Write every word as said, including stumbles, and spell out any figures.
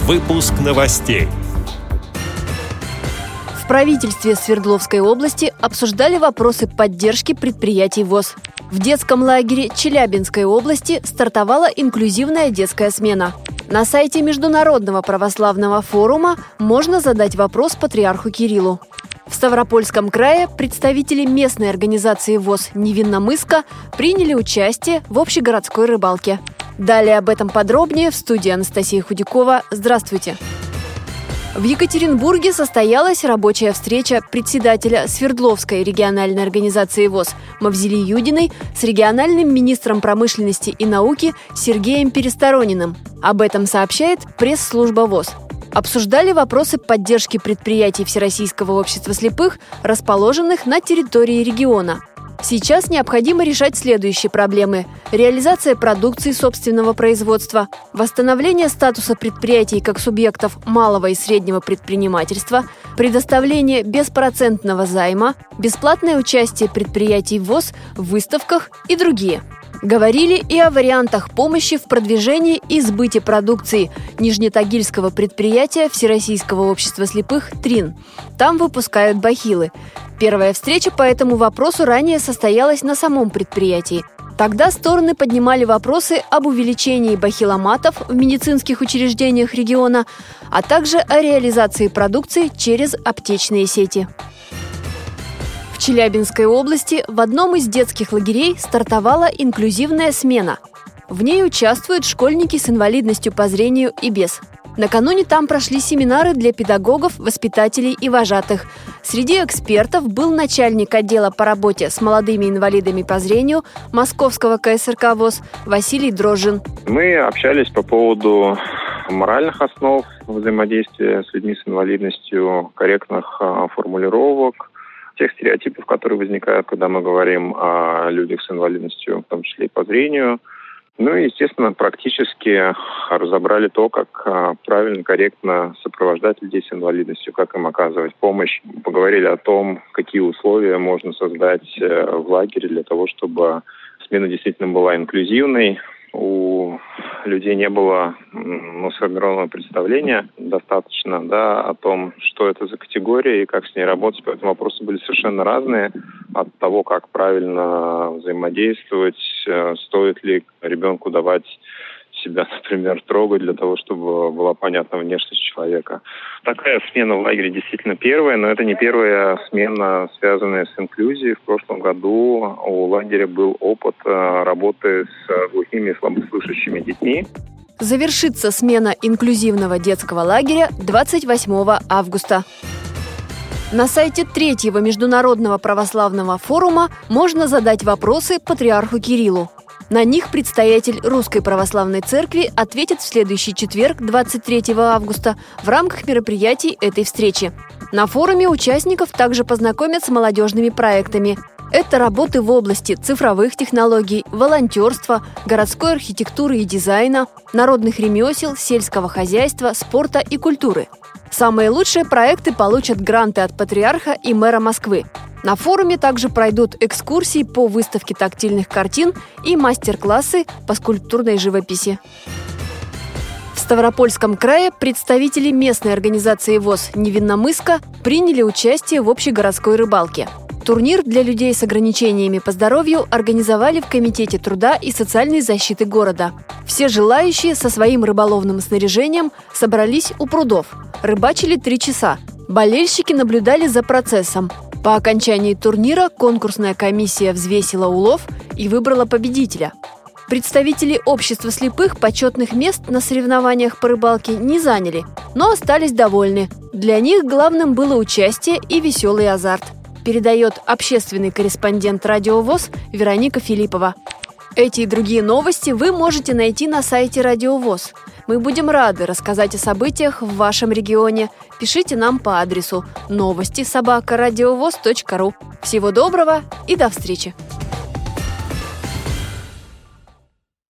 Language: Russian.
Выпуск новостей. В правительстве Свердловской области обсуждали вопросы поддержки предприятий ВОС. В детском лагере Челябинской области стартовала инклюзивная детская смена. На сайте Международного православного форума можно задать вопрос патриарху Кириллу. В Ставропольском крае представители местной организации ВОС «Невинномысска» приняли участие в общегородской рыбалке. Далее об этом подробнее в студии Анастасия Худякова. Здравствуйте! В Екатеринбурге состоялась рабочая встреча председателя Свердловской региональной организации ВОС Мавзели Юдиной с региональным министром промышленности и науки Сергеем Пересторониным. Об этом сообщает пресс-служба ВОС. Обсуждали вопросы поддержки предприятий Всероссийского общества слепых, расположенных на территории региона. Сейчас необходимо решать следующие проблемы: реализация продукции собственного производства, восстановление статуса предприятий как субъектов малого и среднего предпринимательства, предоставление беспроцентного займа, бесплатное участие предприятий ВОС в выставках и другие. Говорили и о вариантах помощи в продвижении и сбыте продукции нижнетагильского предприятия Всероссийского общества слепых «Трин». Там выпускают бахилы. Первая встреча по этому вопросу ранее состоялась на самом предприятии. Тогда стороны поднимали вопросы об увеличении бахиломатов в медицинских учреждениях региона, а также о реализации продукции через аптечные сети. В Челябинской области в одном из детских лагерей стартовала инклюзивная смена. В ней участвуют школьники с инвалидностью по зрению и без. Накануне там прошли семинары для педагогов, воспитателей и вожатых. Среди экспертов был начальник отдела по работе с молодыми инвалидами по зрению Московского ка эс эр ка ВОС Василий Дрожжин. Мы общались по поводу моральных основ взаимодействия с людьми с инвалидностью, корректных формулировок, тех стереотипов, которые возникают, когда мы говорим о людях с инвалидностью, в том числе и по зрению. Ну и, естественно, практически разобрали то, как правильно, корректно сопровождать людей с инвалидностью, как им оказывать помощь. Поговорили о том, какие условия можно создать в лагере для того, чтобы смена действительно была инклюзивной. У людей не было ну, сформированного представления достаточно да, о том, что это за категория и как с ней работать. Поэтому вопросы были совершенно разные. От того, как правильно взаимодействовать, стоит ли ребенку давать себя, например, трогать для того, чтобы была понятна внешность человека. Такая смена в лагере действительно первая, но это не первая смена, связанная с инклюзией. В прошлом году у лагеря был опыт работы с глухими и слабослышащими детьми. Завершится смена инклюзивного детского лагеря двадцать восьмого августа. На сайте Третьего Международного православного форума можно задать вопросы патриарху Кириллу. На них предстоятель Русской Православной Церкви ответит в следующий четверг, двадцать третьего августа, в рамках мероприятий этой встречи. На форуме участников также познакомят с молодежными проектами. Это работы в области цифровых технологий, волонтерства, городской архитектуры и дизайна, народных ремесел, сельского хозяйства, спорта и культуры. Самые лучшие проекты получат гранты от патриарха и мэра Москвы. На форуме также пройдут экскурсии по выставке тактильных картин и мастер-классы по скульптурной живописи. В Ставропольском крае представители местной организации ВОС «Невинномысска» приняли участие в общегородской рыбалке. Турнир для людей с ограничениями по здоровью организовали в Комитете труда и социальной защиты города. Все желающие со своим рыболовным снаряжением собрались у прудов. Рыбачили три часа. Болельщики наблюдали за процессом. По окончании турнира конкурсная комиссия взвесила улов и выбрала победителя. Представители общества слепых почетных мест на соревнованиях по рыбалке не заняли, но остались довольны. Для них главным было участие и веселый азарт. Передает общественный корреспондент Радио ВОС Вероника Филиппова. Эти и другие новости вы можете найти на сайте Радио ВОС. Мы будем рады рассказать о событиях в вашем регионе. Пишите нам по адресу новости собака радиовос точка ру. Всего доброго и до встречи!